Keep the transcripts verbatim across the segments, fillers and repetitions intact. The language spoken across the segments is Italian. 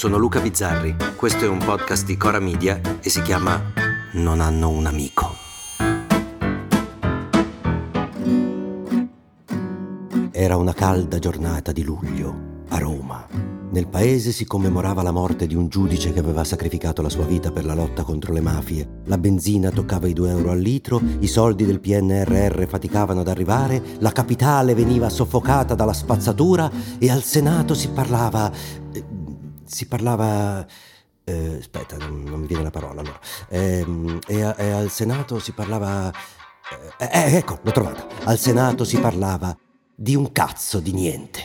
sono Luca Bizzarri, questo è un podcast di Cora Media e si chiama Non hanno un amico. Era una calda giornata di luglio, a Roma. Nel paese si commemorava la morte di un giudice che aveva sacrificato la sua vita per la lotta contro le mafie. La benzina toccava i due euro al litro, i soldi del P N R R faticavano ad arrivare, la capitale veniva soffocata dalla spazzatura e al Senato si parlava... Eh, si parlava... Eh, aspetta, non, non mi viene la parola allora. Eh, e, e al Senato si parlava... Eh, eh, ecco, l'ho trovata. Al Senato si parlava di un cazzo di niente.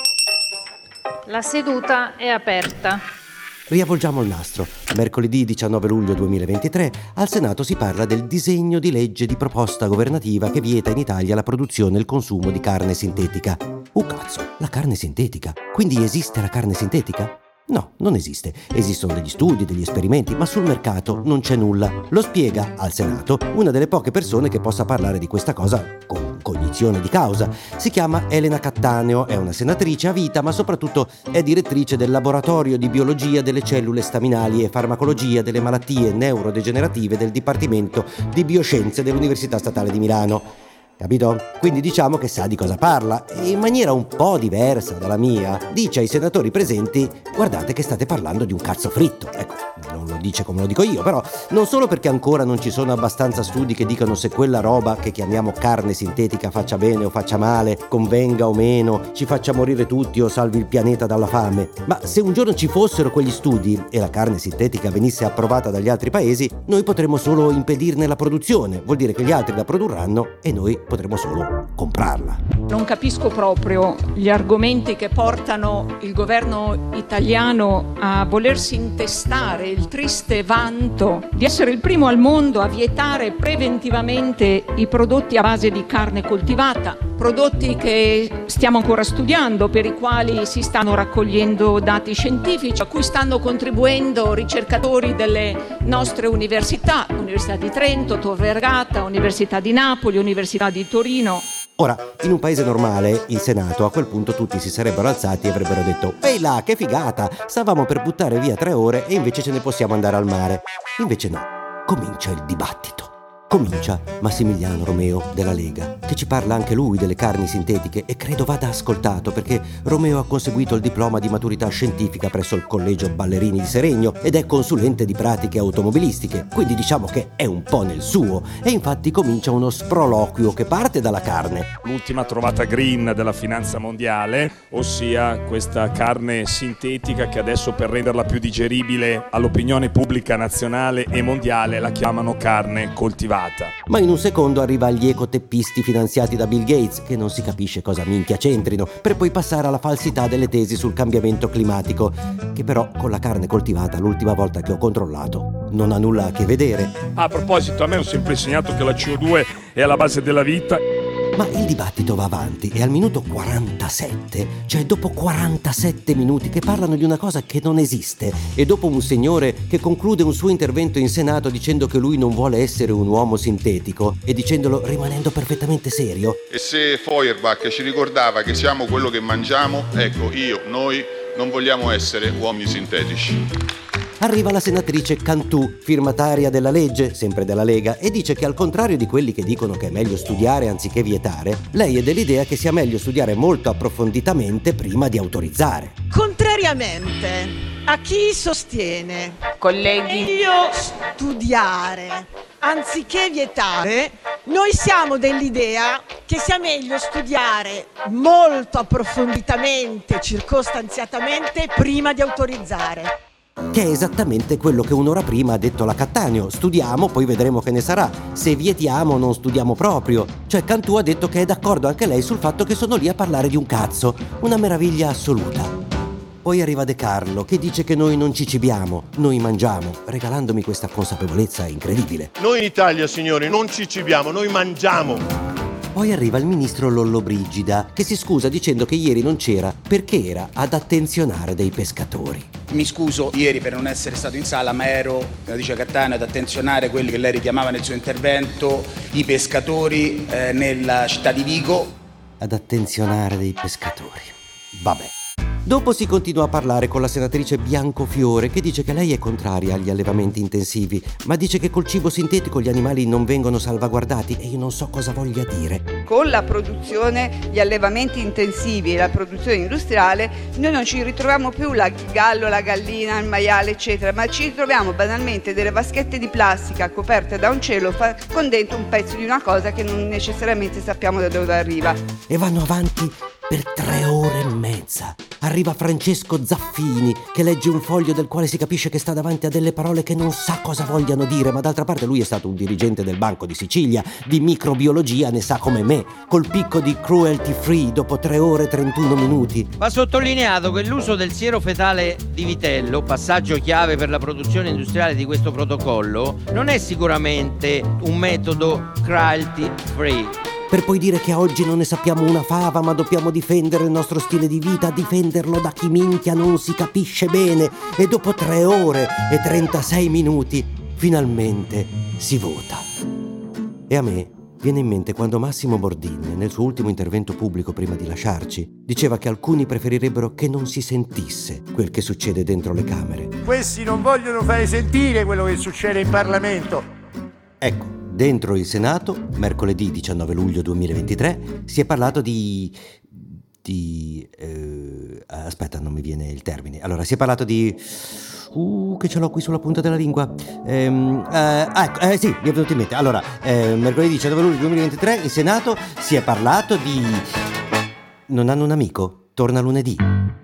La seduta è aperta. Riavvolgiamo il nastro. Mercoledì diciannove luglio duemilaventitré al Senato si parla del disegno di legge di proposta governativa che vieta in Italia la produzione e il consumo di carne sintetica. Oh cazzo, la carne sintetica? Quindi esiste la carne sintetica? No, non esiste. Esistono degli studi, degli esperimenti, ma sul mercato non c'è nulla. Lo spiega al Senato una delle poche persone che possa parlare di questa cosa con cognizione di causa. Si chiama Elena Cattaneo, è una senatrice a vita, ma soprattutto è direttrice del laboratorio di biologia delle cellule staminali e farmacologia delle malattie neurodegenerative del Dipartimento di Bioscienze dell'Università Statale di Milano. Capito? Quindi diciamo che sa di cosa parla e in maniera un po' diversa dalla mia dice ai senatori presenti: guardate che state parlando di un cazzo fritto. Ecco, non lo dice come lo dico io, però non solo perché ancora non ci sono abbastanza studi che dicano se quella roba che chiamiamo carne sintetica faccia bene o faccia male, convenga o meno, ci faccia morire tutti o salvi il pianeta dalla fame, ma se un giorno ci fossero quegli studi e la carne sintetica venisse approvata dagli altri paesi, noi potremmo solo impedirne la produzione. Vuol dire che gli altri la produrranno e noi potremo solo comprarla. Non capisco proprio gli argomenti che portano il governo italiano a volersi intestare il triste vanto di essere il primo al mondo a vietare preventivamente i prodotti a base di carne coltivata, prodotti che stiamo ancora studiando, per i quali si stanno raccogliendo dati scientifici, a cui stanno contribuendo ricercatori delle nostre università, Università di Trento, Tor Vergata, Università di Napoli, Università di Torino. Ora, in un paese normale, il Senato, a quel punto tutti si sarebbero alzati e avrebbero detto: ehi là, che figata! Stavamo per buttare via tre ore e invece ce ne possiamo andare al mare. Invece no, comincia il dibattito. Comincia Massimiliano Romeo della Lega, che ci parla anche lui delle carni sintetiche e credo vada ascoltato perché Romeo ha conseguito il diploma di maturità scientifica presso il Collegio Ballerini di Seregno ed è consulente di pratiche automobilistiche, quindi diciamo che è un po' nel suo e infatti comincia uno sproloquio che parte dalla carne. L'ultima trovata green della finanza mondiale, ossia questa carne sintetica che adesso per renderla più digeribile all'opinione pubblica nazionale e mondiale la chiamano carne coltivata. Ma in un secondo arriva agli ecoteppisti finanziati da Bill Gates, che non si capisce cosa minchia c'entrino, per poi passare alla falsità delle tesi sul cambiamento climatico, che però con la carne coltivata l'ultima volta che ho controllato non ha nulla a che vedere. A proposito, a me ho sempre insegnato che la C O due è alla base della vita. Ma il dibattito va avanti e al minuto quarantasette, cioè dopo quarantasette minuti che parlano di una cosa che non esiste e dopo un signore che conclude un suo intervento in Senato dicendo che lui non vuole essere un uomo sintetico e dicendolo rimanendo perfettamente serio. E se Feuerbach ci ricordava che siamo quello che mangiamo, ecco, io, noi non vogliamo essere uomini sintetici. Arriva la senatrice Cantù, firmataria della legge, sempre della Lega, e dice che al contrario di quelli che dicono che è meglio studiare anziché vietare, lei è dell'idea che sia meglio studiare molto approfonditamente prima di autorizzare. Contrariamente a chi sostiene Colleghi, meglio studiare anziché vietare, noi siamo dell'idea che sia meglio studiare molto approfonditamente, circostanziatamente, prima di autorizzare. Che è esattamente quello che un'ora prima ha detto la Cattaneo: studiamo, poi vedremo che ne sarà. Se vietiamo non studiamo proprio. Cioè Cantù ha detto che è d'accordo anche lei sul fatto che sono lì a parlare di un cazzo. Una meraviglia assoluta. Poi arriva De Carlo che dice che noi non ci cibiamo, noi mangiamo, regalandomi questa consapevolezza incredibile. Noi in Italia, signori, non ci cibiamo, noi mangiamo. Poi arriva il ministro Lollobrigida che si scusa dicendo che ieri non c'era perché era ad attenzionare dei pescatori. Mi scuso ieri per non essere stato in sala, ma ero, come dice Cattaneo, ad attenzionare quelli che lei richiamava nel suo intervento, i pescatori eh, nella città di Vigo. Ad attenzionare dei pescatori. Vabbè. Dopo si continua a parlare con la senatrice Biancofiore, che dice che lei è contraria agli allevamenti intensivi, ma dice che col cibo sintetico gli animali non vengono salvaguardati e io non so cosa voglia dire. Con la produzione, gli allevamenti intensivi e la produzione industriale noi non ci ritroviamo più la gallo, la gallina, il maiale eccetera, ma ci ritroviamo banalmente delle vaschette di plastica coperte da un cellophane con dentro un pezzo di una cosa che non necessariamente sappiamo da dove arriva. E vanno avanti per tre ore e mezza. Arriva Francesco Zaffini, che legge un foglio del quale si capisce che sta davanti a delle parole che non sa cosa vogliano dire, ma d'altra parte lui è stato un dirigente del Banco di Sicilia, di microbiologia ne sa come me, col picco di cruelty free dopo tre ore e trentuno minuti. Va sottolineato che l'uso del siero fetale di vitello, passaggio chiave per la produzione industriale di questo protocollo, non è sicuramente un metodo cruelty free. Per poi dire che oggi non ne sappiamo una fava, ma dobbiamo difendere il nostro stile di vita, difenderlo da chi minchia non si capisce bene. E dopo tre ore e trentasei minuti, finalmente si vota. E a me viene in mente quando Massimo Bordin, nel suo ultimo intervento pubblico prima di lasciarci, diceva che alcuni preferirebbero che non si sentisse quel che succede dentro le Camere. Questi non vogliono fare sentire quello che succede in Parlamento. Ecco. Dentro il Senato, mercoledì diciannove luglio duemilaventitré, si è parlato di... di... Eh, aspetta, non mi viene il termine. Allora, si è parlato di... Uh, che ce l'ho qui sulla punta della lingua. Ehm, eh, ecco, eh, sì, mi è venuto in mente. Allora, eh, mercoledì diciannove luglio duemilaventitré, in Senato si è parlato di... Non hanno un amico? Torna lunedì.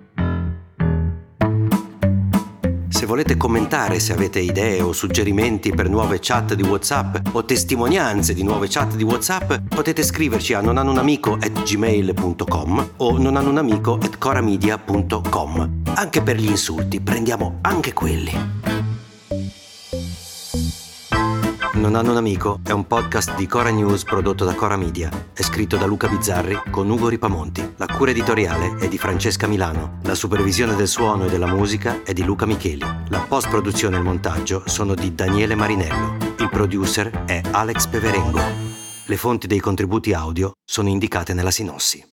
Se volete commentare, se avete idee o suggerimenti per nuove chat di WhatsApp o testimonianze di nuove chat di WhatsApp, potete scriverci a nonhannounamico at gmail punto com o nonhannounamico at coramedia punto com. Anche per gli insulti, prendiamo anche quelli. Non hanno un amico è un podcast di Cora News prodotto da Cora Media. È scritto da Luca Bizzarri con Ugo Ripamonti. La cura editoriale è di Francesca Milano. La supervisione del suono e della musica è di Luca Micheli. La post-produzione e il montaggio sono di Daniele Marinello. Il producer è Alex Peverengo. Le fonti dei contributi audio sono indicate nella sinossi.